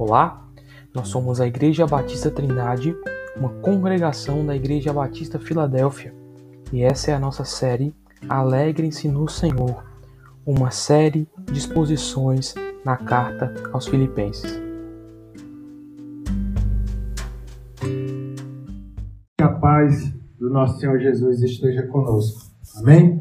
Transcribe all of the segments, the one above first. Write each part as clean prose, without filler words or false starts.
Olá, nós somos a Igreja Batista Trindade, uma congregação da Igreja Batista Filadélfia, e essa é a nossa série Alegrem-se no Senhor, uma série de exposições na carta aos Filipenses. Que a paz do nosso Senhor Jesus esteja conosco. Amém?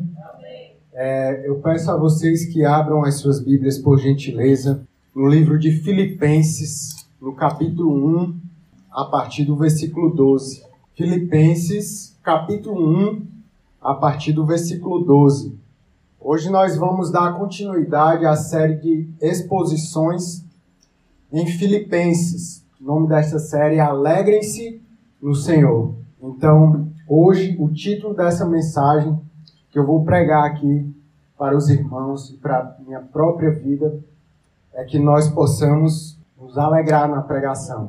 Eu peço a vocês que abram as suas Bíblias, por gentileza, no livro de Filipenses, no capítulo 1, a partir do versículo 12. Filipenses, capítulo 1, a partir do versículo 12. Hoje nós vamos dar continuidade à série de exposições em Filipenses. O nome desta série é Alegrem-se no Senhor. Então, hoje, o título dessa mensagem que eu vou pregar aqui para os irmãos e para a minha própria vida é que nós possamos nos alegrar na pregação.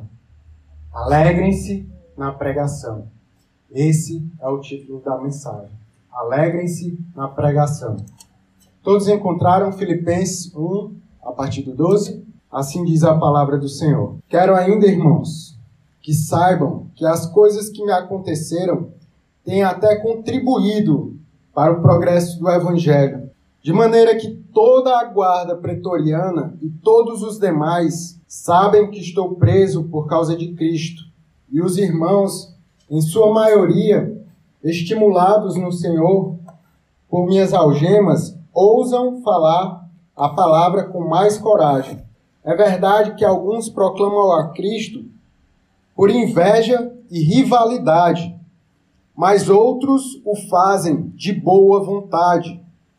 Alegrem-se na pregação. Esse é o título da mensagem. Alegrem-se na pregação. Todos encontraram Filipenses 1, a partir do 12? Assim diz a palavra do Senhor. Quero ainda, irmãos, que saibam que as coisas que me aconteceram têm até contribuído para o progresso do Evangelho, de maneira que toda a guarda pretoriana e todos os demais sabem que estou preso por causa de Cristo, e os irmãos, em sua maioria, estimulados no Senhor por minhas algemas, ousam falar a palavra com mais coragem. É verdade que alguns proclamam a Cristo por inveja e rivalidade, mas outros o fazem de boa vontade.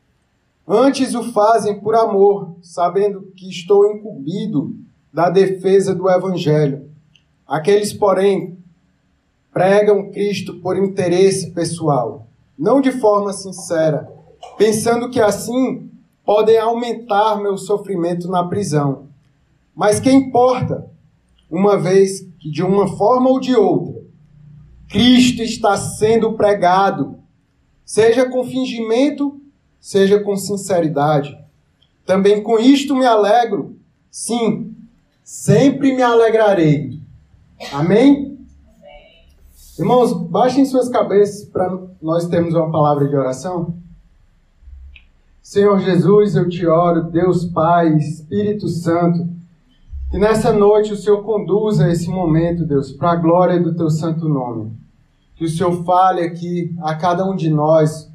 Antes o fazem por amor, sabendo que estou incumbido da defesa do Evangelho. Aqueles, porém, pregam Cristo por interesse pessoal, não de forma sincera, pensando que assim podem aumentar meu sofrimento na prisão. Mas que importa, uma vez que de uma forma ou de outra, Cristo está sendo pregado, seja com fingimento, seja com sinceridade. Também com isto me alegro, sim, sempre me alegrarei. Amém? Irmãos, baixem suas cabeças para nós termos uma palavra de oração. Senhor Jesus, eu te oro, Deus Pai, Espírito Santo, que nessa noite o Senhor conduza esse momento, Deus, para a glória do teu santo nome. Que o Senhor fale aqui a cada um de nós.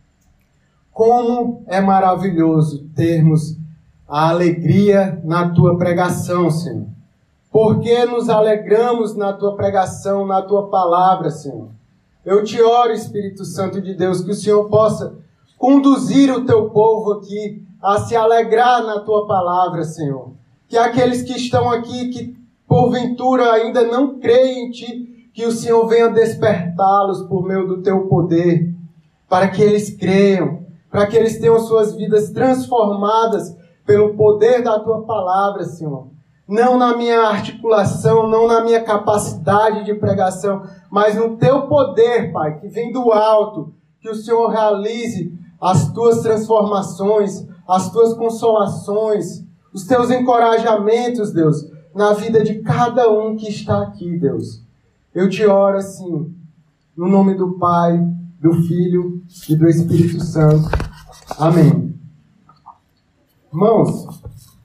Como é maravilhoso termos a alegria na tua pregação, Senhor. Porque nos alegramos na tua pregação, na tua palavra, Senhor. Eu te oro, Espírito Santo de Deus, que o Senhor possa conduzir o teu povo aqui a se alegrar na tua palavra, Senhor. Que aqueles que estão aqui, que porventura ainda não creem em ti, que o Senhor venha despertá-los por meio do teu poder, para que eles creiam, para que eles tenham suas vidas transformadas pelo poder da tua palavra, Senhor. Não na minha articulação, não na minha capacidade de pregação, mas no teu poder, Pai, que vem do alto, que o Senhor realize as tuas transformações, as tuas consolações, os teus encorajamentos, Deus, na vida de cada um que está aqui, Deus. Eu te oro assim, no nome do Pai, do Filho e do Espírito Santo. Amém. Irmãos,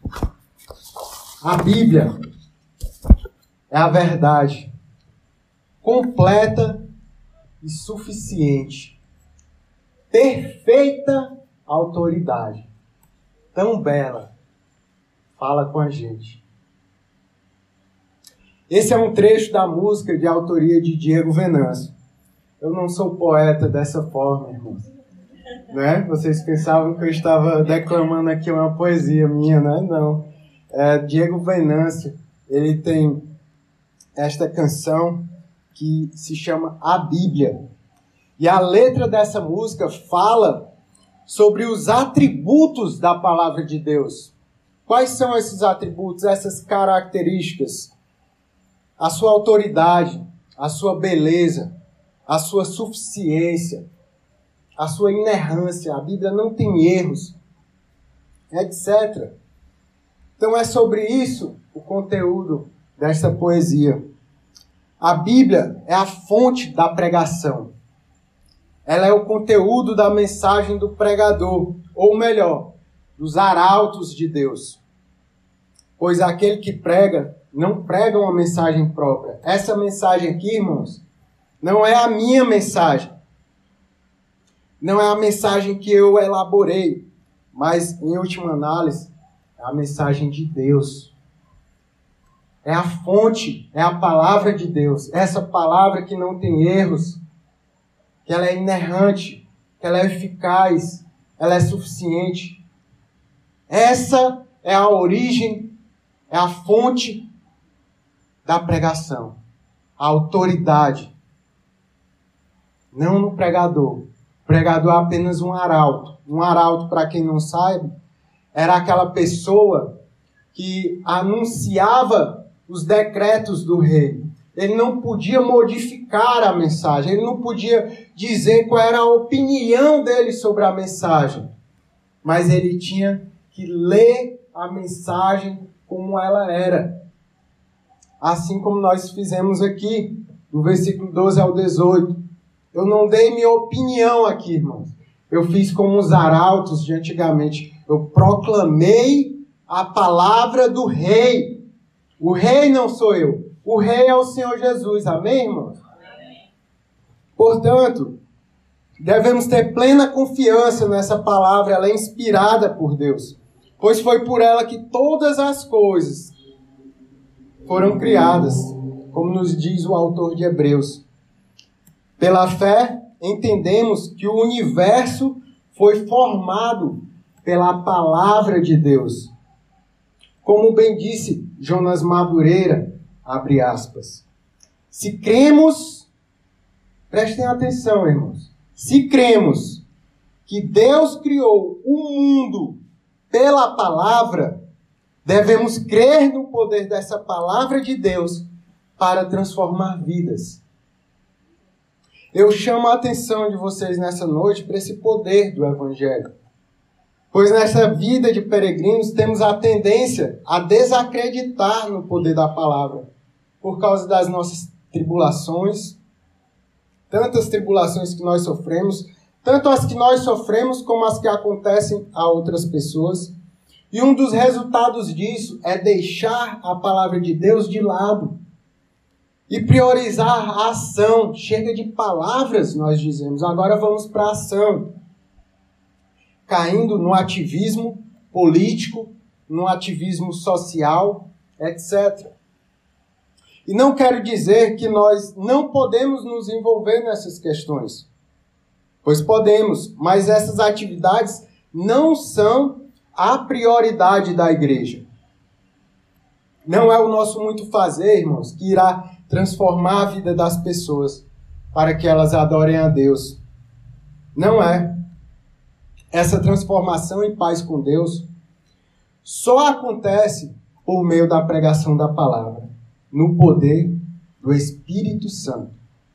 a Bíblia é a verdade completa e suficiente. Perfeita autoridade. Tão bela. Fala com a gente. Esse é um trecho da música de autoria de Diego Venâncio. Eu não sou poeta dessa forma, irmãos. Né? Vocês pensavam que eu estava declamando aqui uma poesia minha, né? Não. Diego Venâncio, ele tem esta canção que se chama A Bíblia. E a letra dessa música fala sobre os atributos da palavra de Deus. Quais são esses atributos, essas características? A sua autoridade, a sua beleza, a sua suficiência, a sua inerrância. A Bíblia não tem erros, etc. Então é sobre isso o conteúdo desta poesia. A Bíblia é a fonte da pregação. Ela é o conteúdo da mensagem do pregador, ou melhor, dos arautos de Deus. Pois aquele que prega, não prega uma mensagem própria. Essa mensagem aqui, irmãos, não é a minha mensagem. Não é a mensagem que eu elaborei. Mas, em última análise, é a mensagem de Deus. É a fonte, é a palavra de Deus. Essa palavra que não tem erros, que ela é inerrante, que ela é eficaz, ela é suficiente. Essa é a origem, é a fonte da pregação. A autoridade. Não no pregador. O pregador é apenas um arauto. Um arauto, para quem não sabe, era aquela pessoa que anunciava os decretos do rei. Ele não podia modificar a mensagem. Ele não podia dizer qual era a opinião dele sobre a mensagem. Mas ele tinha que ler a mensagem como ela era. Assim como nós fizemos aqui, do versículo 12 ao 18. Eu não dei minha opinião aqui, irmãos. Eu fiz como os arautos de antigamente. Eu proclamei a palavra do rei. O rei não sou eu. O rei é o Senhor Jesus. Amém, irmãos? Amém. Portanto, devemos ter plena confiança nessa palavra. Ela é inspirada por Deus. Pois foi por ela que todas as coisas foram criadas, como nos diz o autor de Hebreus. Pela fé, entendemos que o universo foi formado pela palavra de Deus. Como bem disse Jonas Madureira, abre aspas. Se cremos, prestem atenção, irmãos. Se cremos que Deus criou o mundo pela palavra, devemos crer no poder dessa palavra de Deus para transformar vidas. Eu chamo a atenção de vocês nessa noite para esse poder do Evangelho. Pois nessa vida de peregrinos temos a tendência a desacreditar no poder da palavra, por causa das nossas tribulações, tantas tribulações que nós sofremos, tanto as que nós sofremos como as que acontecem a outras pessoas. E um dos resultados disso é deixar a palavra de Deus de lado e priorizar a ação. Chega de palavras, nós dizemos, agora vamos para a ação. Caindo no ativismo político, no ativismo social, etc. E não quero dizer que nós não podemos nos envolver nessas questões. Pois podemos, mas essas atividades não são a prioridade da igreja. Não é o nosso muito fazer, irmãos, que irá transformar a vida das pessoas para que elas adorem a Deus. Não é. Essa transformação em paz com Deus só acontece por meio da pregação da palavra, no poder do Espírito Santo.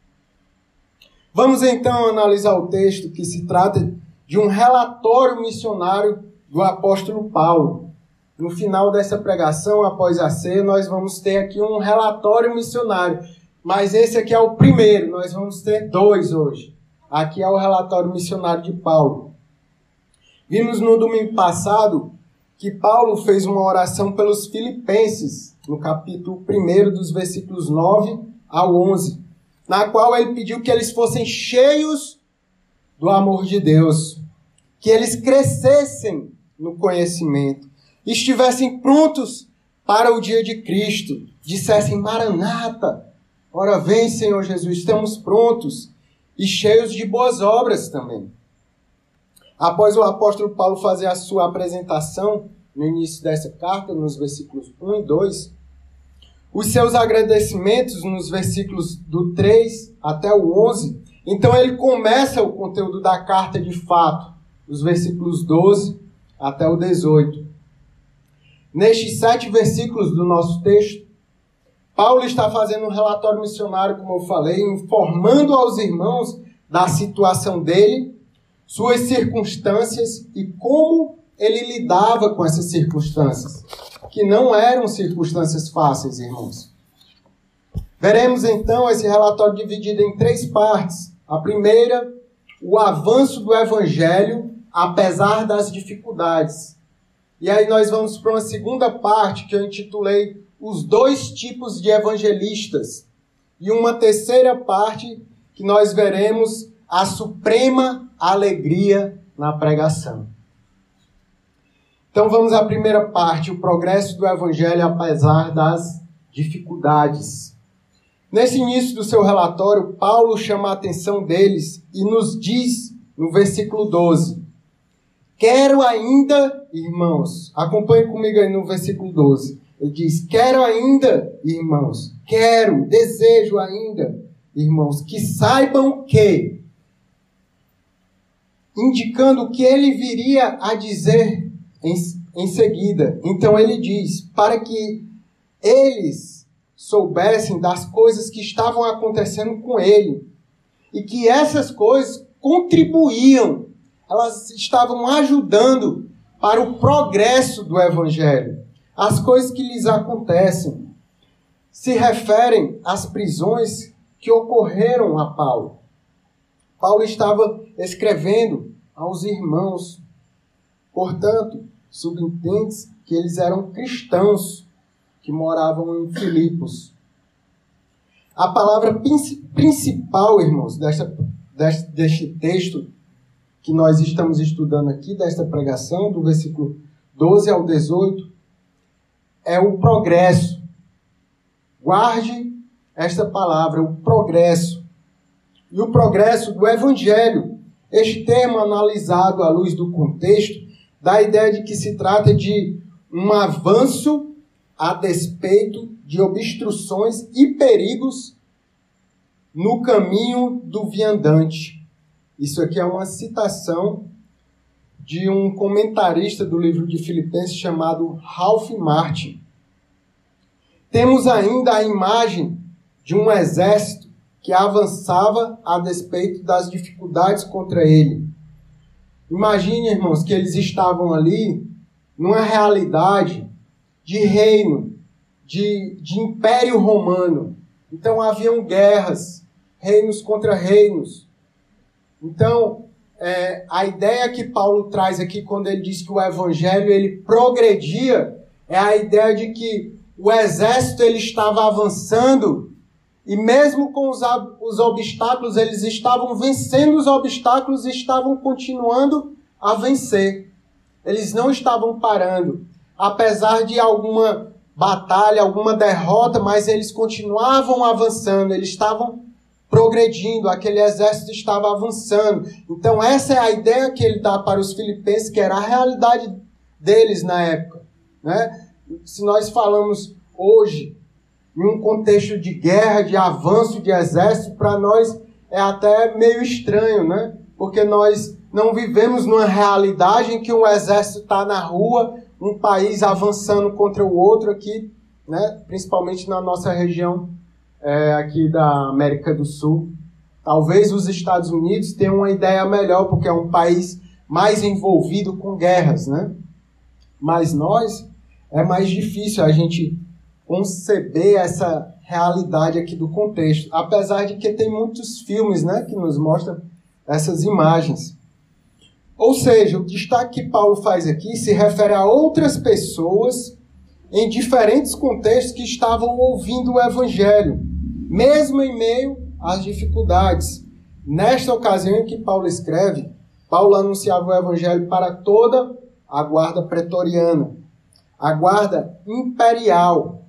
Vamos então analisar o texto, que se trata de um relatório missionário do apóstolo Paulo. No final dessa pregação, após a ceia, nós vamos ter aqui um relatório missionário. Mas esse aqui é o primeiro, nós vamos ter 2 hoje. Aqui é o relatório missionário de Paulo. Vimos no domingo passado que Paulo fez uma oração pelos filipenses, no capítulo 1, dos versículos 9 ao 11, na qual ele pediu que eles fossem cheios do amor de Deus, que eles crescessem no conhecimento, estivessem prontos para o dia de Cristo, dissessem: Maranata, ora vem, Senhor Jesus, estamos prontos, e cheios de boas obras também. Após o apóstolo Paulo fazer a sua apresentação no início dessa carta, nos versículos 1 e 2, os seus agradecimentos nos versículos do 3 até o 11, então ele começa o conteúdo da carta de fato, dos versículos 12 até o 18. Nestes 7 versículos do nosso texto, Paulo está fazendo um relatório missionário, como eu falei, informando aos irmãos da situação dele, suas circunstâncias e como ele lidava com essas circunstâncias. que não eram circunstâncias fáceis, irmãos. Veremos então esse relatório dividido em 3 partes. A primeira, o avanço do Evangelho, apesar das dificuldades. E aí nós vamos para uma segunda parte, que eu intitulei Os 2 tipos de evangelistas. E uma terceira parte, que nós veremos a suprema alegria na pregação. Então vamos à primeira parte, o progresso do Evangelho apesar das dificuldades. Nesse início do seu relatório, Paulo chama a atenção deles e nos diz no versículo 12: quero ainda, irmãos, acompanhe comigo aí no versículo 12. Ele diz, quero ainda, irmãos, desejo ainda, irmãos, que saibam que, indicando o que ele viria a dizer em seguida. Então ele diz, para que eles soubessem das coisas que estavam acontecendo com ele, e que essas coisas contribuíam, elas estavam ajudando para o progresso do Evangelho. As coisas que lhes acontecem se referem às prisões que ocorreram a Paulo. Paulo estava escrevendo aos irmãos, portanto, subentende-se que eles eram cristãos que moravam em Filipos. A palavra principal, irmãos, deste texto que nós estamos estudando aqui, desta pregação, do versículo 12 ao 18, é o progresso. Guarde esta palavra, o progresso. E o progresso do Evangelho. Este termo, analisado à luz do contexto, dá a ideia de que se trata de um avanço a despeito de obstruções e perigos no caminho do viandante. Isso aqui é uma citação de um comentarista do livro de Filipenses chamado Ralph Martin. Temos ainda a imagem de um exército que avançava a despeito das dificuldades contra ele. Imagine, irmãos, que eles estavam ali numa realidade de reino, de império romano. Então haviam guerras, reinos contra reinos. Então, a ideia que Paulo traz aqui quando ele diz que o evangelho ele progredia, é a ideia de que o exército ele estava avançando e mesmo com os obstáculos, eles estavam vencendo os obstáculos e estavam continuando a vencer. Eles não estavam parando. Apesar de alguma batalha, alguma derrota, mas eles continuavam avançando, eles estavam progredindo, aquele exército estava avançando. Então essa é a ideia que ele dá para os filipenses, que era a realidade deles na época, né? Se nós falamos hoje em um contexto de guerra, de avanço de exército, para nós é até meio estranho, né? Porque nós não vivemos numa realidade em que um exército está na rua, um país avançando contra o outro aqui, né? Principalmente na nossa região aqui da América do Sul. Talvez os Estados Unidos tenham uma ideia melhor, porque é um país mais envolvido com guerras, né? Mas nós, é mais difícil a gente conceber essa realidade aqui do contexto, apesar de que tem muitos filmes, né, que nos mostram essas imagens. Ou seja, o destaque que Paulo faz aqui se refere a outras pessoas em diferentes contextos que estavam ouvindo o Evangelho, mesmo em meio às dificuldades. Nesta ocasião em que Paulo escreve, Paulo anunciava o Evangelho para toda a guarda pretoriana, a guarda imperial,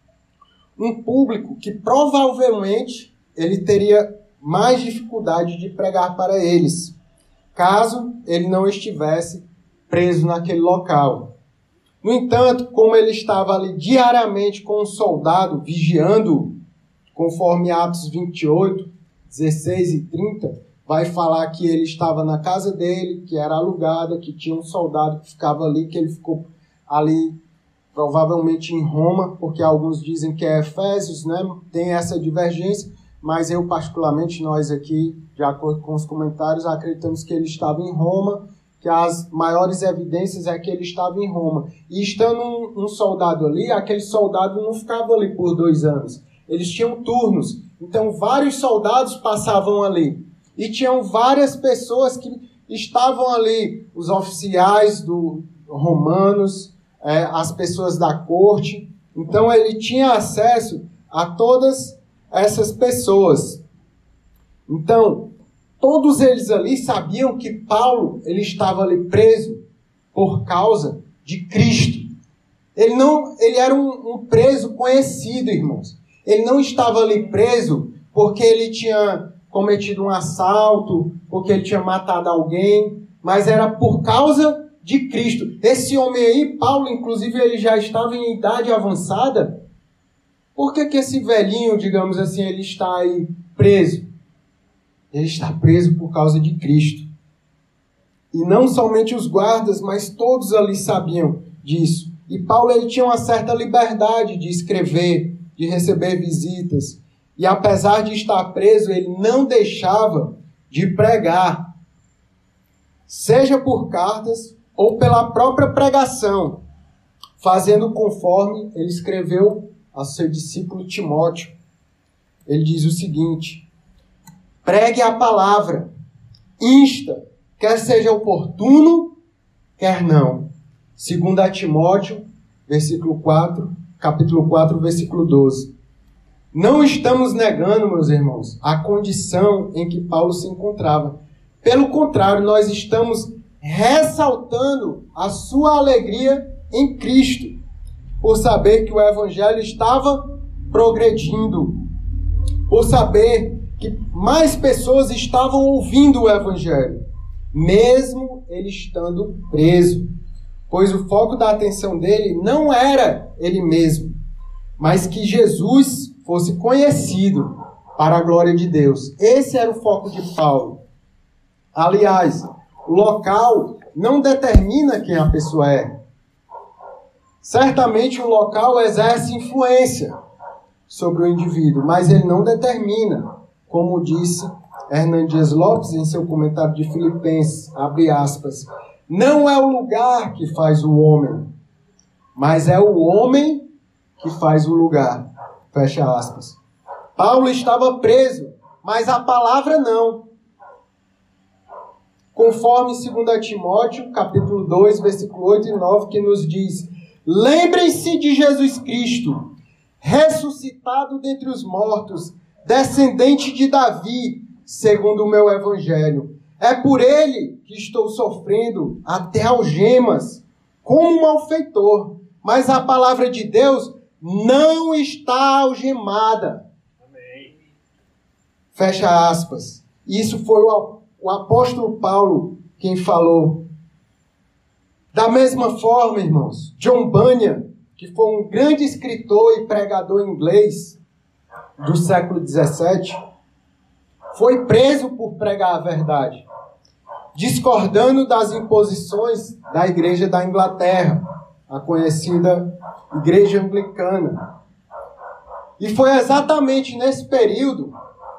um público que provavelmente ele teria mais dificuldade de pregar para eles, caso ele não estivesse preso naquele local. No entanto, como ele estava ali diariamente com um soldado vigiando, conforme Atos 28, 16 e 30, vai falar que ele estava na casa dele, que era alugada, que tinha um soldado que ficava ali, que ele ficou ali provavelmente em Roma, porque alguns dizem que é Efésios, né? Tem essa divergência, mas eu particularmente, nós aqui, de acordo com os comentários, acreditamos que ele estava em Roma que as maiores evidências é que ele estava em Roma. E estando um soldado ali, aquele soldado não ficava ali por 2 anos. Eles tinham turnos. Então, vários soldados passavam ali. E tinham várias pessoas que estavam ali. Os oficiais romanos, as pessoas da corte. Então, ele tinha acesso a todas essas pessoas. Então, todos eles ali sabiam que Paulo ele estava ali preso por causa de Cristo. Ele era um preso conhecido, irmãos. Ele não estava ali preso porque ele tinha cometido um assalto, porque ele tinha matado alguém, mas era por causa de Cristo. Esse homem aí, Paulo, inclusive, ele já estava em idade avançada. Por que esse velhinho, digamos assim, ele está aí preso? Ele está preso por causa de Cristo. E não somente os guardas, mas todos ali sabiam disso. E Paulo ele tinha uma certa liberdade de escrever, de receber visitas. E apesar de estar preso, ele não deixava de pregar. Seja por cartas ou pela própria pregação, fazendo conforme ele escreveu ao seu discípulo Timóteo. Ele diz o seguinte: pregue a palavra, insta, quer seja oportuno, quer não. 2 Timóteo, capítulo 4, versículo 12. Não estamos negando, meus irmãos, a condição em que Paulo se encontrava. Pelo contrário, nós estamos ressaltando a sua alegria em Cristo, por saber que o Evangelho estava progredindo, por saber que mais pessoas estavam ouvindo o Evangelho, mesmo ele estando preso. Pois o foco da atenção dele não era ele mesmo, mas que Jesus fosse conhecido para a glória de Deus. Esse era o foco de Paulo. Aliás, o local não determina quem a pessoa é. Certamente o local exerce influência sobre o indivíduo, mas ele não determina. Como disse Hernán Dias Lopes em seu comentário de Filipenses, abre aspas, não é o lugar que faz o homem, mas é o homem que faz o lugar. Fecha aspas. Paulo estava preso, mas a palavra não. Conforme 2 Timóteo, capítulo 2, versículo 8 e 9, que nos diz: lembrem-se de Jesus Cristo, ressuscitado dentre os mortos, descendente de Davi, segundo o meu evangelho. É por ele que estou sofrendo até algemas, como um malfeitor. Mas a palavra de Deus não está algemada. Amém. Fecha aspas. Isso foi o apóstolo Paulo quem falou. Da mesma forma, irmãos, John Bunyan, que foi um grande escritor e pregador inglês do século XVII, foi preso por pregar a verdade, discordando das imposições da Igreja da Inglaterra, a conhecida Igreja Anglicana. E foi exatamente nesse período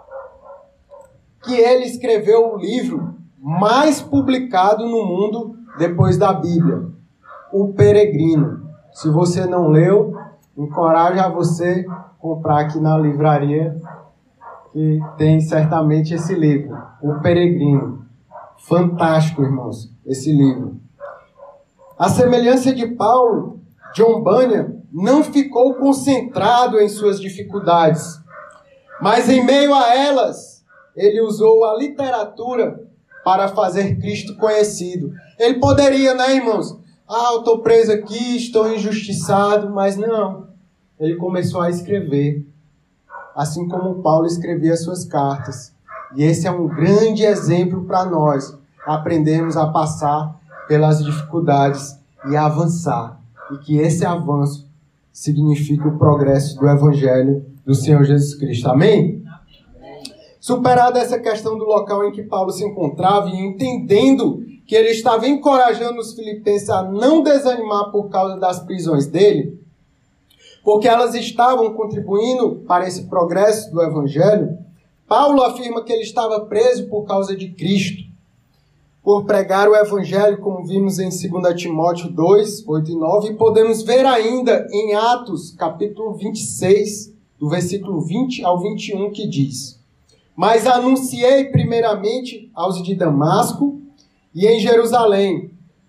que ele escreveu o livro mais publicado no mundo depois da Bíblia, O Peregrino. Se você não leu, encorajo a você comprar aqui na livraria, que tem certamente esse livro, O Peregrino. Fantástico, irmãos, esse livro. A semelhança de Paulo, John Bunyan não ficou concentrado em suas dificuldades, mas em meio a elas, ele usou a literatura para fazer Cristo conhecido. Ele poderia, né, irmãos? Eu estou preso aqui, estou injustiçado, mas não. Ele começou a escrever, assim como Paulo escrevia suas cartas. E esse é um grande exemplo para nós, aprendermos a passar pelas dificuldades e avançar. E que esse avanço significa o progresso do Evangelho do Senhor Jesus Cristo. Amém? Superada essa questão do local em que Paulo se encontrava e entendendo que ele estava encorajando os filipenses a não desanimar por causa das prisões dele, porque elas estavam contribuindo para esse progresso do Evangelho, Paulo afirma que ele estava preso por causa de Cristo. por pregar o Evangelho, como vimos em 2 Timóteo 2, 8 e 9, e podemos ver ainda em Atos, capítulo 26, do versículo 20 ao 21, que diz: Mas anunciei primeiramente aos de Damasco e em Jerusalém,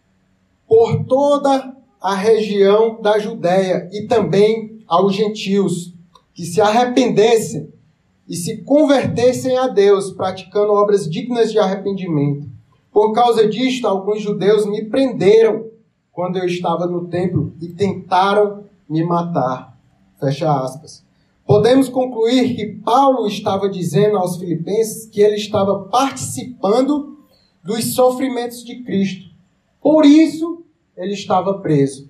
por toda a região da Judéia e também aos gentios, que se arrependessem e se convertessem a Deus, praticando obras dignas de arrependimento. Por causa disto, alguns judeus me prenderam quando eu estava no templo e tentaram me matar. Fecha aspas. Podemos concluir que Paulo estava dizendo aos filipenses que ele estava participando dos sofrimentos de Cristo. Por isso, ele estava preso.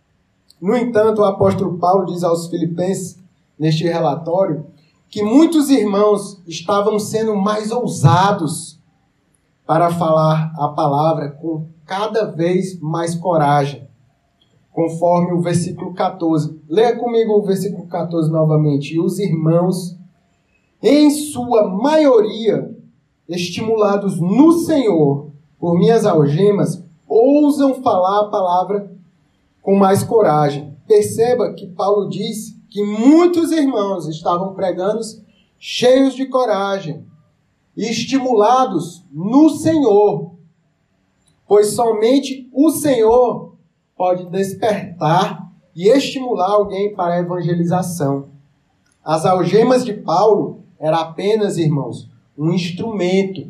No entanto, o apóstolo Paulo diz aos filipenses, neste relatório, que muitos irmãos estavam sendo mais ousados para falar a palavra com cada vez mais coragem, conforme o versículo 14. Leia comigo o versículo 14 novamente. E os irmãos, em sua maioria, estimulados no Senhor por minhas algemas, ousam falar a palavra com mais coragem. Perceba que Paulo diz que muitos irmãos estavam pregando cheios de coragem e estimulados no Senhor, pois somente o Senhor pode despertar e estimular alguém para a evangelização. As algemas de Paulo eram apenas, irmãos, um instrumento.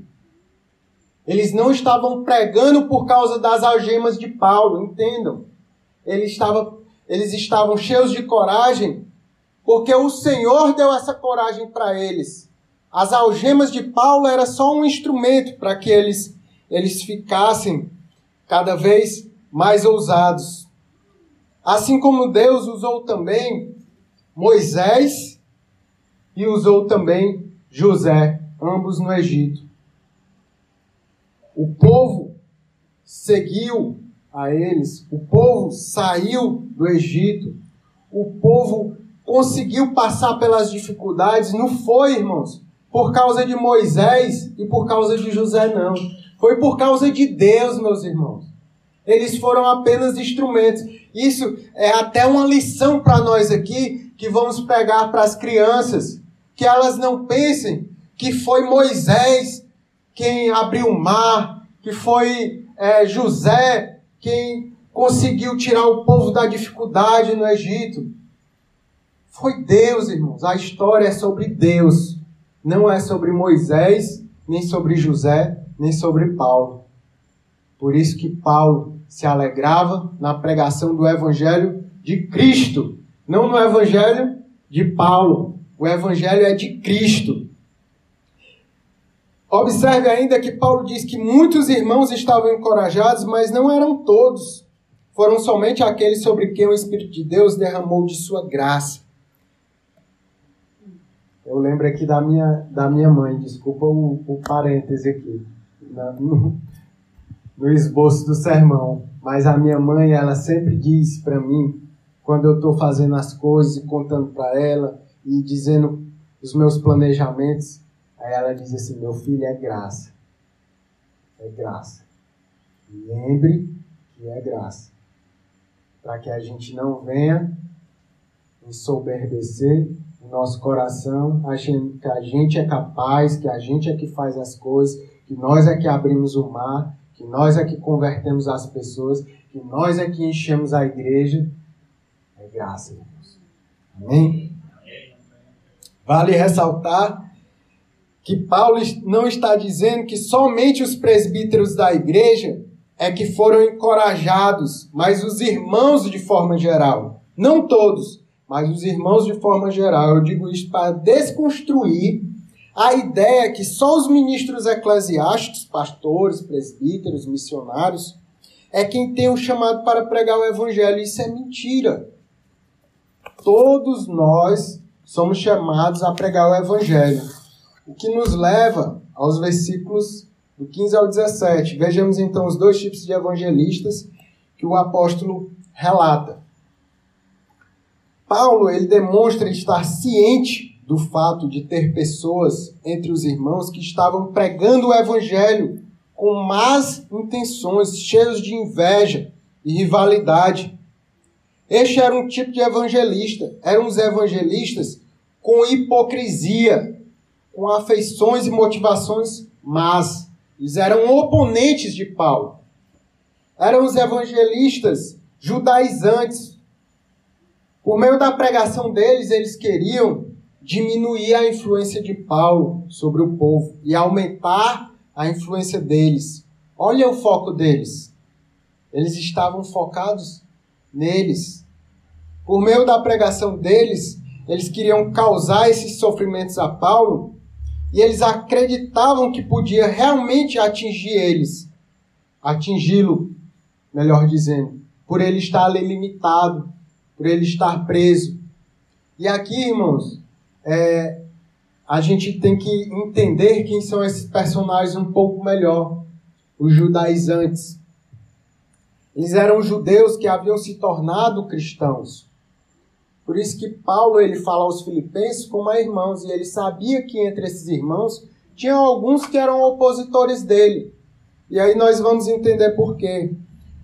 Eles não estavam pregando por causa das algemas de Paulo, entendam. Eles estavam cheios de coragem porque o Senhor deu essa coragem para eles. As algemas de Paulo era só um instrumento para que eles ficassem cada vez mais ousados. Assim como Deus usou também Moisés e usou também José, ambos no Egito. O povo seguiu a eles, o povo saiu do Egito, o povo conseguiu passar pelas dificuldades. Não foi, irmãos, por causa de Moisés e por causa de José, não. Foi por causa de Deus, meus irmãos. Eles foram apenas instrumentos. Isso é até uma lição para nós aqui, que vamos pegar para as crianças. Que elas não pensem que foi Moisés quem abriu o mar, que foi José quem conseguiu tirar o povo da dificuldade no Egito. Foi Deus, irmãos. A história é sobre Deus. Não é sobre Moisés, nem sobre José, nem sobre Paulo. Por isso que Paulo se alegrava na pregação do Evangelho de Cristo. Não no Evangelho de Paulo. O Evangelho é de Cristo. Observe ainda que Paulo diz que muitos irmãos estavam encorajados, mas não eram todos. Foram somente aqueles sobre quem o Espírito de Deus derramou de sua graça. Eu lembro aqui da minha mãe, desculpa o parêntese aqui, no esboço do sermão. Mas a minha mãe, ela sempre diz para mim, quando eu estou fazendo as coisas e contando para ela e dizendo os meus planejamentos, aí ela diz assim: meu filho, é graça. É graça. Lembre que é graça. Para que a gente não venha ensoberbecer o nosso coração, achando que a gente é capaz, que a gente é que faz as coisas, que nós é que abrimos o mar, que nós é que convertemos as pessoas, que nós é que enchemos a igreja. É graça, irmãos. Amém? Vale ressaltar que Paulo não está dizendo que somente os presbíteros da igreja é que foram encorajados, mas os irmãos de forma geral. Não todos, mas os irmãos de forma geral. Eu digo isso para desconstruir a ideia que só os ministros eclesiásticos, pastores, presbíteros, missionários, é quem tem o chamado para pregar o Evangelho. Isso é mentira. Todos nós somos chamados a pregar o Evangelho. O que nos leva aos versículos do 15 ao 17. Vejamos então os dois tipos de evangelistas que o apóstolo relata. Paulo, ele demonstra estar ciente do fato de ter pessoas entre os irmãos que estavam pregando o Evangelho com más intenções, cheios de inveja e rivalidade. Este era um tipo de evangelista. Eram os evangelistas com hipocrisia, com afeições e motivações más. Eles eram oponentes de Paulo. Eram os evangelistas judaizantes. Por meio da pregação deles, eles queriam diminuir a influência de Paulo sobre o povo e aumentar a influência deles. Olha o foco deles. Eles estavam focados neles. Por meio da pregação deles, eles queriam causar esses sofrimentos a Paulo e eles acreditavam que podia realmente atingi-lo, melhor dizendo, por ele estar ali limitado, por ele estar preso. E aqui, irmãos, a gente tem que entender quem são esses personagens um pouco melhor, os judaizantes. Eles eram judeus que haviam se tornado cristãos. Por isso que Paulo ele fala aos filipenses como a irmãos, e ele sabia que entre esses irmãos tinham alguns que eram opositores dele. E aí nós vamos entender por quê.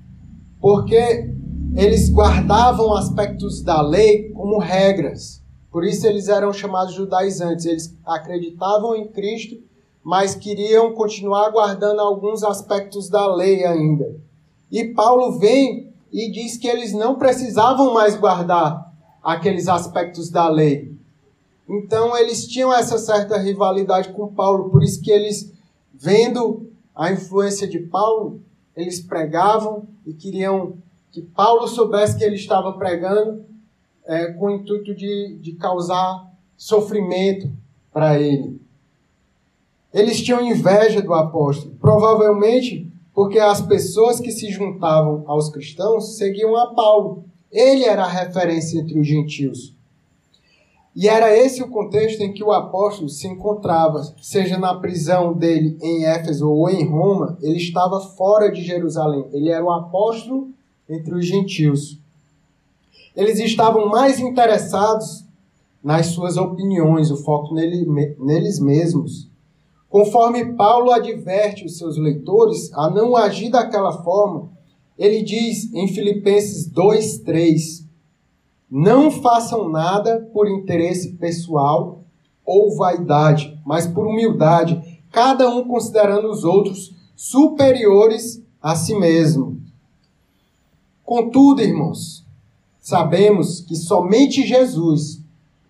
Porque eles guardavam aspectos da lei como regras. Por isso eles eram chamados judaizantes. Eles acreditavam em Cristo, mas queriam continuar guardando alguns aspectos da lei ainda. E Paulo vem e diz que eles não precisavam mais guardar aqueles aspectos da lei. Então eles tinham essa certa rivalidade com Paulo. Por isso que eles, vendo a influência de Paulo, eles pregavam e queriam que Paulo soubesse que ele estava pregando, com o intuito de causar sofrimento para ele. Eles tinham inveja do apóstolo, provavelmente porque as pessoas que se juntavam aos cristãos seguiam a Paulo. Ele era a referência entre os gentios. E era esse o contexto em que o apóstolo se encontrava, seja na prisão dele em Éfeso ou em Roma, ele estava fora de Jerusalém. Ele era o apóstolo entre os gentios. Eles estavam mais interessados nas suas opiniões, o foco neles mesmos. Conforme Paulo adverte os seus leitores a não agir daquela forma, ele diz em Filipenses 2:3, não façam nada por interesse pessoal ou vaidade, mas por humildade, cada um considerando os outros superiores a si mesmo. Contudo, irmãos, sabemos que somente Jesus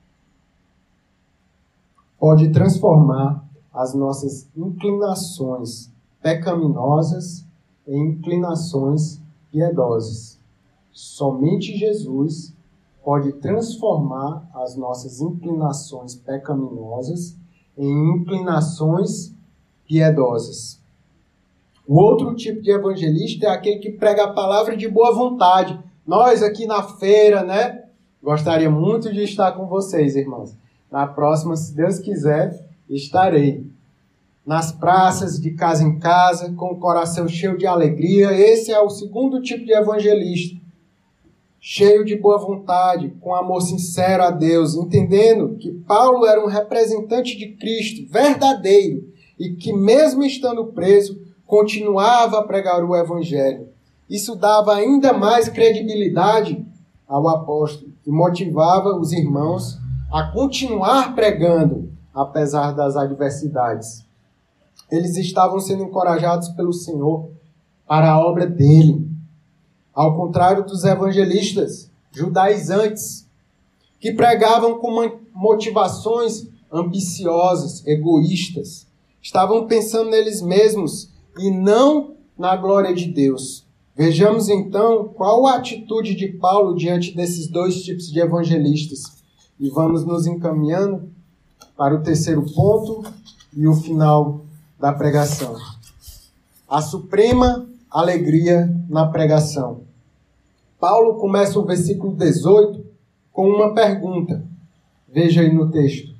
pode transformar as nossas inclinações pecaminosas em inclinações piedosas. Somente Jesus pode transformar as nossas inclinações pecaminosas em inclinações piedosas. O outro tipo de evangelista é aquele que prega a palavra de boa vontade. Nós aqui na feira, né? Gostaria muito de estar com vocês, irmãos. Na próxima, se Deus quiser, estarei. Nas praças, de casa em casa, com o coração cheio de alegria. Esse é o segundo tipo de evangelista. Cheio de boa vontade, com amor sincero a Deus, entendendo que Paulo era um representante de Cristo, verdadeiro, e que mesmo estando preso, continuava a pregar o evangelho. Isso dava ainda mais credibilidade ao apóstolo e motivava os irmãos a continuar pregando, apesar das adversidades. Eles estavam sendo encorajados pelo Senhor para a obra dele. Ao contrário dos evangelistas judaizantes, que pregavam com motivações ambiciosas, egoístas, estavam pensando neles mesmos e não na glória de Deus. Vejamos então qual a atitude de Paulo diante desses dois tipos de evangelistas. E vamos nos encaminhando para o terceiro ponto e o final da pregação. A suprema alegria na pregação. Paulo começa o versículo 18 com uma pergunta. Veja aí no texto.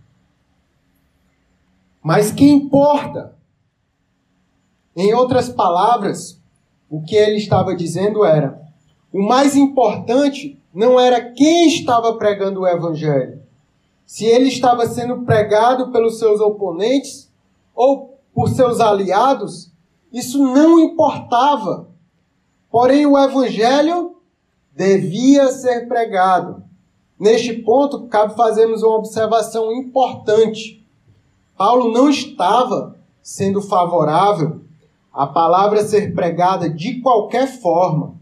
Mas que importa? Em outras palavras, o que ele estava dizendo era: o mais importante não era quem estava pregando o evangelho. Se ele estava sendo pregado pelos seus oponentes ou por seus aliados, Isso não importava. Porém, o evangelho devia ser pregado. Neste ponto, cabe fazermos uma observação importante. Paulo não estava sendo favorável à palavra ser pregada de qualquer forma.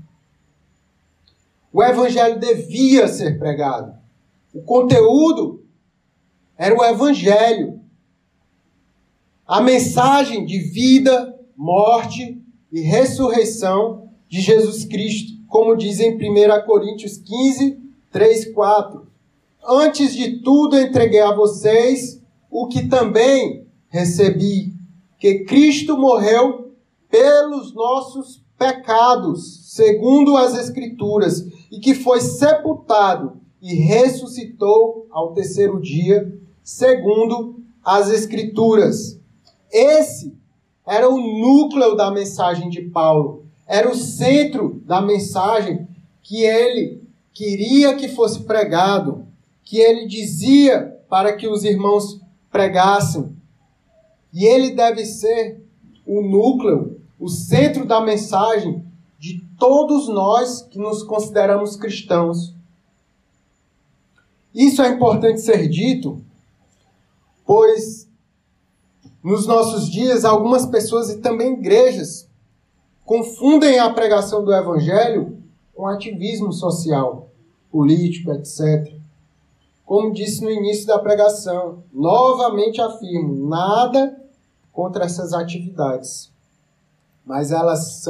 O evangelho devia ser pregado. O conteúdo era o evangelho. A mensagem de vida, morte e ressurreição de Jesus Cristo, como diz em 1 Coríntios 15, 3, 4. Antes de tudo entreguei a vocês o que também recebi, que Cristo morreu pelos nossos pecados, segundo as Escrituras, e que foi sepultado e ressuscitou ao terceiro dia, segundo as Escrituras. Esse era o núcleo da mensagem de Paulo, era o centro da mensagem que ele queria que fosse pregado, que ele dizia para que os irmãos pregassem. E ele deve ser o núcleo, o centro da mensagem de todos nós que nos consideramos cristãos. Isso é importante ser dito, pois nos nossos dias algumas pessoas e também igrejas confundem a pregação do evangelho com ativismo social, político, etc. Como disse no início da pregação, novamente afirmo, nada contra essas atividades. Mas elas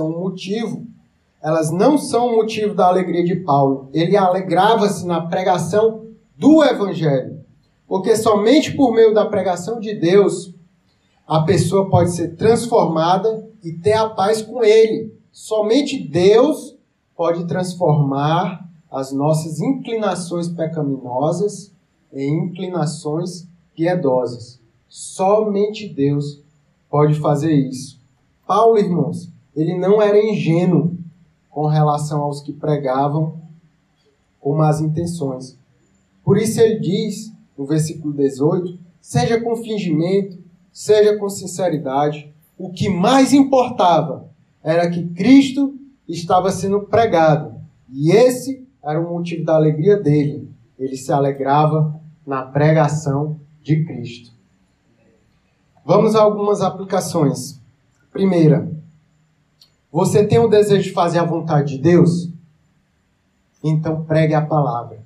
não são o motivo da alegria de Paulo. Ele alegrava-se na pregação do evangelho. Porque somente por meio da pregação de Deus, a pessoa pode ser transformada e ter a paz com ele. Somente Deus pode transformar as nossas inclinações pecaminosas em inclinações piedosas. Somente Deus pode fazer isso. Paulo, irmãos, ele não era ingênuo com relação aos que pregavam com más intenções. Por isso ele diz, no versículo 18, seja com fingimento, seja com sinceridade, o que mais importava era que Cristo estava sendo pregado. E esse era o motivo da alegria dele. Ele se alegrava na pregação de Cristo. Vamos a algumas aplicações. Primeira, você tem o desejo de fazer a vontade de Deus? Então pregue a palavra.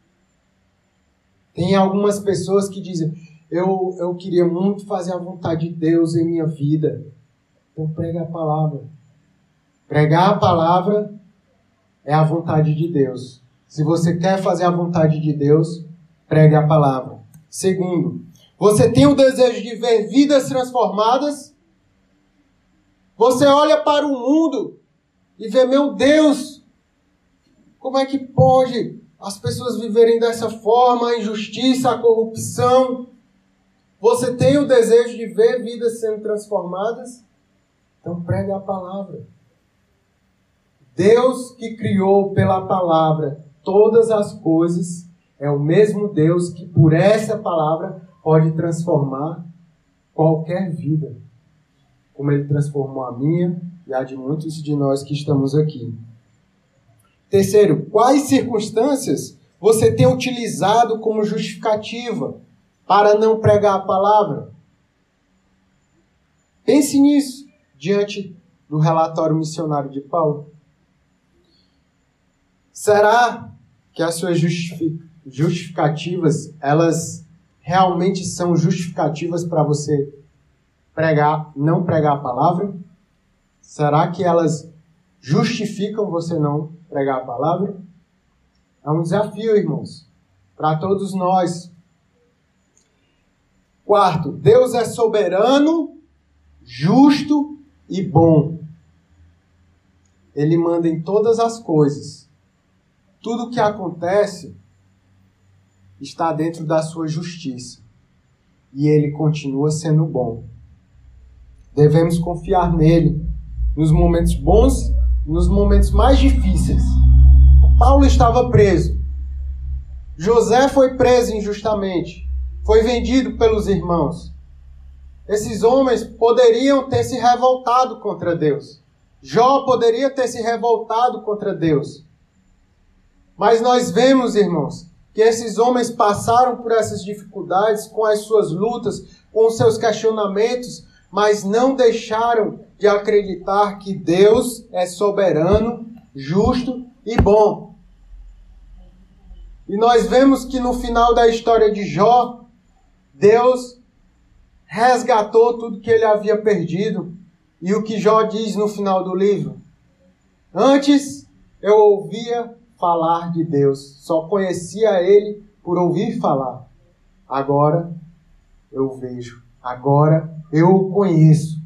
Tem algumas pessoas que dizem, eu queria muito fazer a vontade de Deus em minha vida. Então pregue a palavra. Pregar a palavra é a vontade de Deus. Se você quer fazer a vontade de Deus, pregue a palavra. Segundo, você tem o desejo de ver vidas transformadas? Você olha para o mundo e vê, meu Deus, como é que pode as pessoas viverem dessa forma, a injustiça, a corrupção? Você tem o desejo de ver vidas sendo transformadas? Então pregue a palavra. Deus que criou pela palavra todas as coisas é o mesmo Deus que por essa palavra pode transformar qualquer vida, como Ele transformou a minha e a de muitos de nós que estamos aqui. Terceiro, quais circunstâncias você tem utilizado como justificativa para não pregar a palavra? Pense nisso diante do relatório missionário de Paulo. Será que as suas justificativas, elas realmente são justificativas para você não pregar a palavra? Será que elas justificam você não pregar a palavra? É um desafio, irmãos, para todos nós. Quarto, Deus é soberano, justo e bom. Ele manda em todas as coisas. Tudo que acontece está dentro da sua justiça. E Ele continua sendo bom. Devemos confiar nele nos momentos bons e nos momentos mais difíceis. Paulo estava preso. José foi preso injustamente. Foi vendido pelos irmãos. Esses homens poderiam ter se revoltado contra Deus. Jó poderia ter se revoltado contra Deus. Mas nós vemos, irmãos, que esses homens passaram por essas dificuldades, com as suas lutas, com os seus questionamentos, mas não deixaram de acreditar que Deus é soberano, justo e bom. E nós vemos que no final da história de Jó, Deus resgatou tudo que ele havia perdido. E o que Jó diz no final do livro? Antes eu ouvia falar de Deus, só conhecia ele por ouvir falar. Agora eu vejo, agora eu o conheço.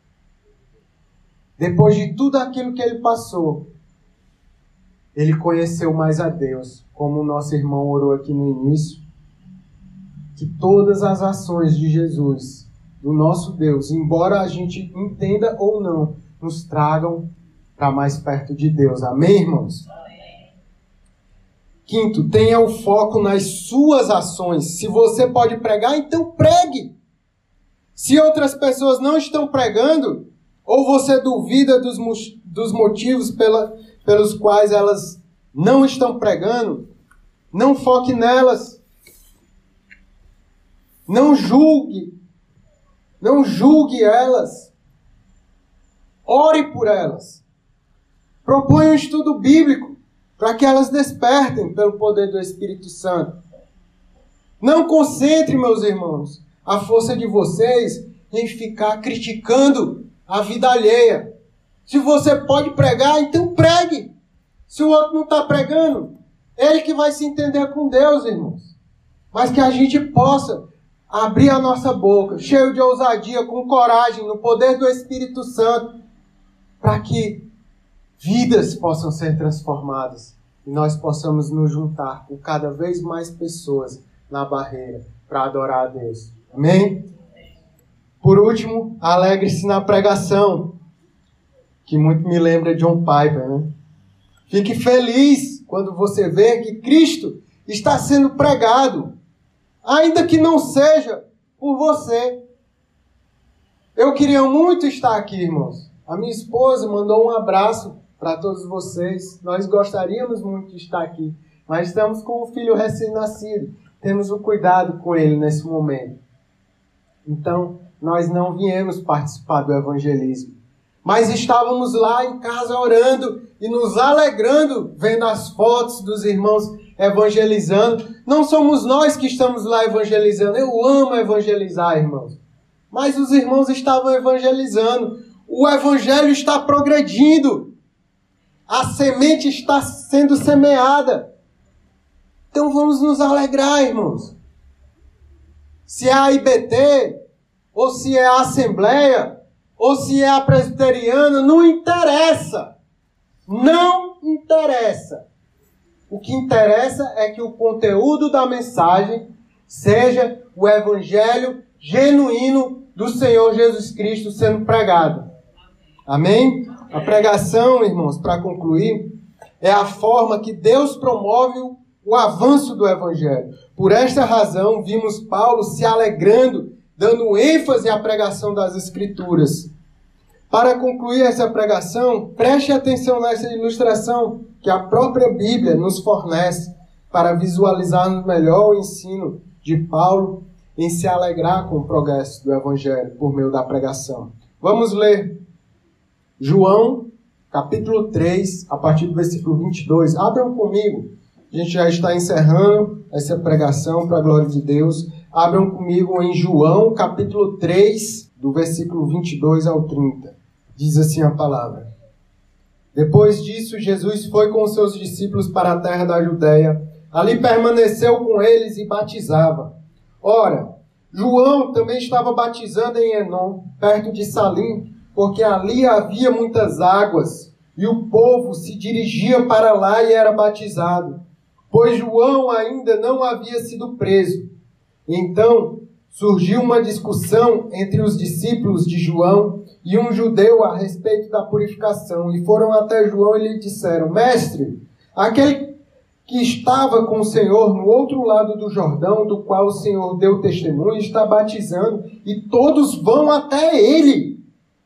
Depois de tudo aquilo que ele passou, ele conheceu mais a Deus. Como o nosso irmão orou aqui no início, que todas as ações de Jesus, do nosso Deus, embora a gente entenda ou não, nos tragam para mais perto de Deus. Amém, irmãos? Quinto, tenha o foco nas suas ações. Se você pode pregar, então pregue. Se outras pessoas não estão pregando, ou você duvida dos motivos pelos quais elas não estão pregando, não foque nelas. Não julgue elas. Ore por elas. Proponha um estudo bíblico para que elas despertem pelo poder do Espírito Santo. Não concentre, meus irmãos, a força de vocês em ficar criticando a vida alheia. Se você pode pregar, então pregue. Se o outro não está pregando, ele que vai se entender com Deus, irmãos. Mas que a gente possa abrir a nossa boca, cheio de ousadia, com coragem, no poder do Espírito Santo, para que vidas possam ser transformadas e nós possamos nos juntar com cada vez mais pessoas na barreira para adorar a Deus. Amém? Por último, alegre-se na pregação, que muito me lembra John Piper, né? Fique feliz quando você vê que Cristo está sendo pregado, ainda que não seja por você. Eu queria muito estar aqui, irmãos. A minha esposa mandou um abraço para todos vocês. Nós gostaríamos muito de estar aqui, mas estamos com um filho recém-nascido. Temos o cuidado com ele nesse momento. Então, nós não viemos participar do evangelismo. Mas estávamos lá em casa orando e nos alegrando, vendo as fotos dos irmãos evangelizando. Não somos nós que estamos lá evangelizando. Eu amo evangelizar, irmãos. Mas os irmãos estavam evangelizando. O evangelho está progredindo. A semente está sendo semeada. Então vamos nos alegrar, irmãos. Se é a IBT, ou se é a Assembleia, ou se é a presbiteriana, não interessa. Não interessa. O que interessa é que o conteúdo da mensagem seja o evangelho genuíno do Senhor Jesus Cristo sendo pregado. Amém? A pregação, irmãos, para concluir, é a forma que Deus promove o avanço do evangelho. Por esta razão, vimos Paulo se alegrando, dando ênfase à pregação das Escrituras. Para concluir essa pregação, preste atenção nessa ilustração que a própria Bíblia nos fornece para visualizarmos melhor o ensino de Paulo em se alegrar com o progresso do Evangelho por meio da pregação. Vamos ler João, capítulo 3, a partir do versículo 22. Abram comigo. A gente já está encerrando essa pregação para a glória de Deus. Abram comigo em João, capítulo 3, do versículo 22 ao 30. Diz assim a palavra. Depois disso, Jesus foi com seus discípulos para a terra da Judéia. Ali permaneceu com eles e batizava. Ora, João também estava batizando em Enom, perto de Salim, porque ali havia muitas águas, e o povo se dirigia para lá e era batizado, pois João ainda não havia sido preso. Então surgiu uma discussão entre os discípulos de João e um judeu a respeito da purificação, e foram até João e lhe disseram: Mestre, aquele que estava com o Senhor no outro lado do Jordão, do qual o Senhor deu testemunho, está batizando, e todos vão até ele.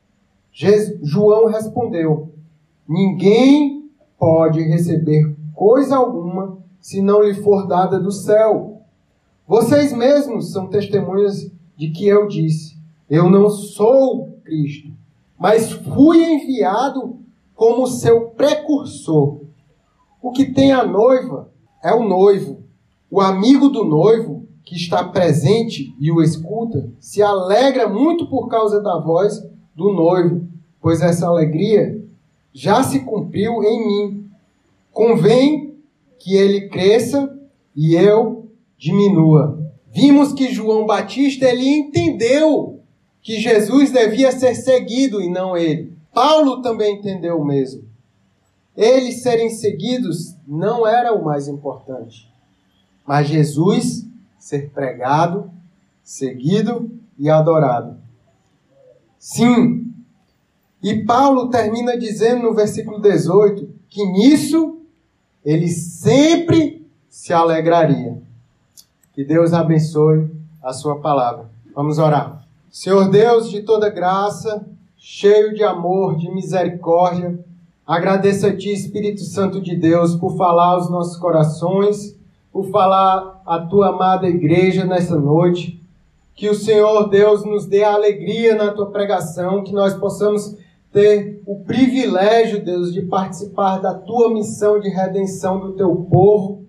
João respondeu: ninguém pode receber coisa alguma se não lhe for dada do céu. Vocês mesmos são testemunhas de que eu disse: eu não sou Cristo, mas fui enviado como seu precursor. O que tem a noiva é o noivo. O amigo do noivo, que está presente e o escuta, se alegra muito por causa da voz do noivo, pois essa alegria já se cumpriu em mim. Convém que ele cresça e eu diminua. Vimos que João Batista, ele entendeu que Jesus devia ser seguido e não ele. Paulo também entendeu o mesmo. Eles serem seguidos não era o mais importante, mas Jesus ser pregado, seguido e adorado. Sim, e Paulo termina dizendo no versículo 18 que nisso ele sempre se alegraria. Que Deus abençoe a sua palavra. Vamos orar. Senhor Deus de toda graça, cheio de amor, de misericórdia, agradeço a Ti, Espírito Santo de Deus, por falar aos nossos corações, por falar à Tua amada igreja nessa noite. Que o Senhor Deus nos dê a alegria na Tua pregação, que nós possamos ter o privilégio, Deus, de participar da Tua missão de redenção do Teu povo,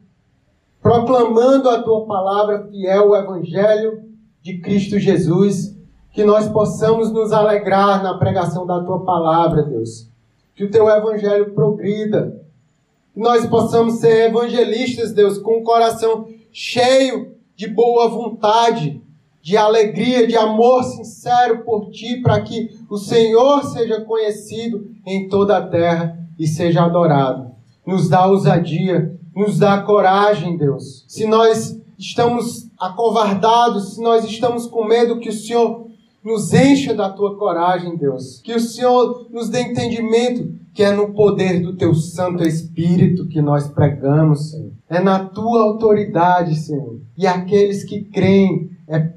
proclamando a Tua palavra fiel, o Evangelho de Cristo Jesus, que nós possamos nos alegrar na pregação da Tua palavra, Deus. Que o Teu Evangelho progrida. Que nós possamos ser evangelistas, Deus, com um coração cheio de boa vontade, de alegria, de amor sincero por Ti, para que o Senhor seja conhecido em toda a terra e seja adorado. Nos dá ousadia, nos dá coragem, Deus. Se nós estamos acovardados, se nós estamos com medo, que o Senhor nos encha da Tua coragem, Deus. Que o Senhor nos dê entendimento que é no poder do Teu Santo Espírito que nós pregamos, Senhor. É na Tua autoridade, Senhor. E aqueles que creem é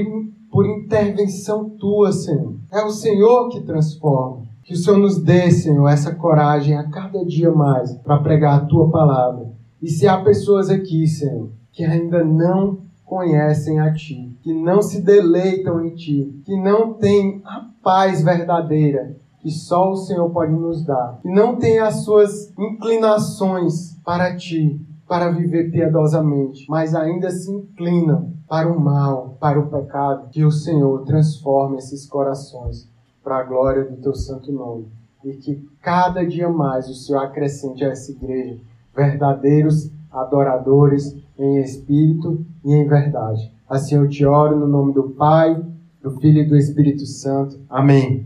por intervenção Tua, Senhor. É o Senhor que transforma. Que o Senhor nos dê, Senhor, essa coragem a cada dia mais para pregar a Tua palavra. E se há pessoas aqui, Senhor, que ainda não conhecem a Ti, que não se deleitam em Ti, que não têm a paz verdadeira que só o Senhor pode nos dar, que não têm as suas inclinações para Ti, para viver piedosamente, mas ainda se inclinam para o mal, para o pecado, que o Senhor transforme esses corações para a glória do Teu santo nome, e que cada dia mais o Senhor acrescente a essa igreja verdadeiros adoradores em espírito e em verdade. Assim eu te oro no nome do Pai, do Filho e do Espírito Santo. Amém.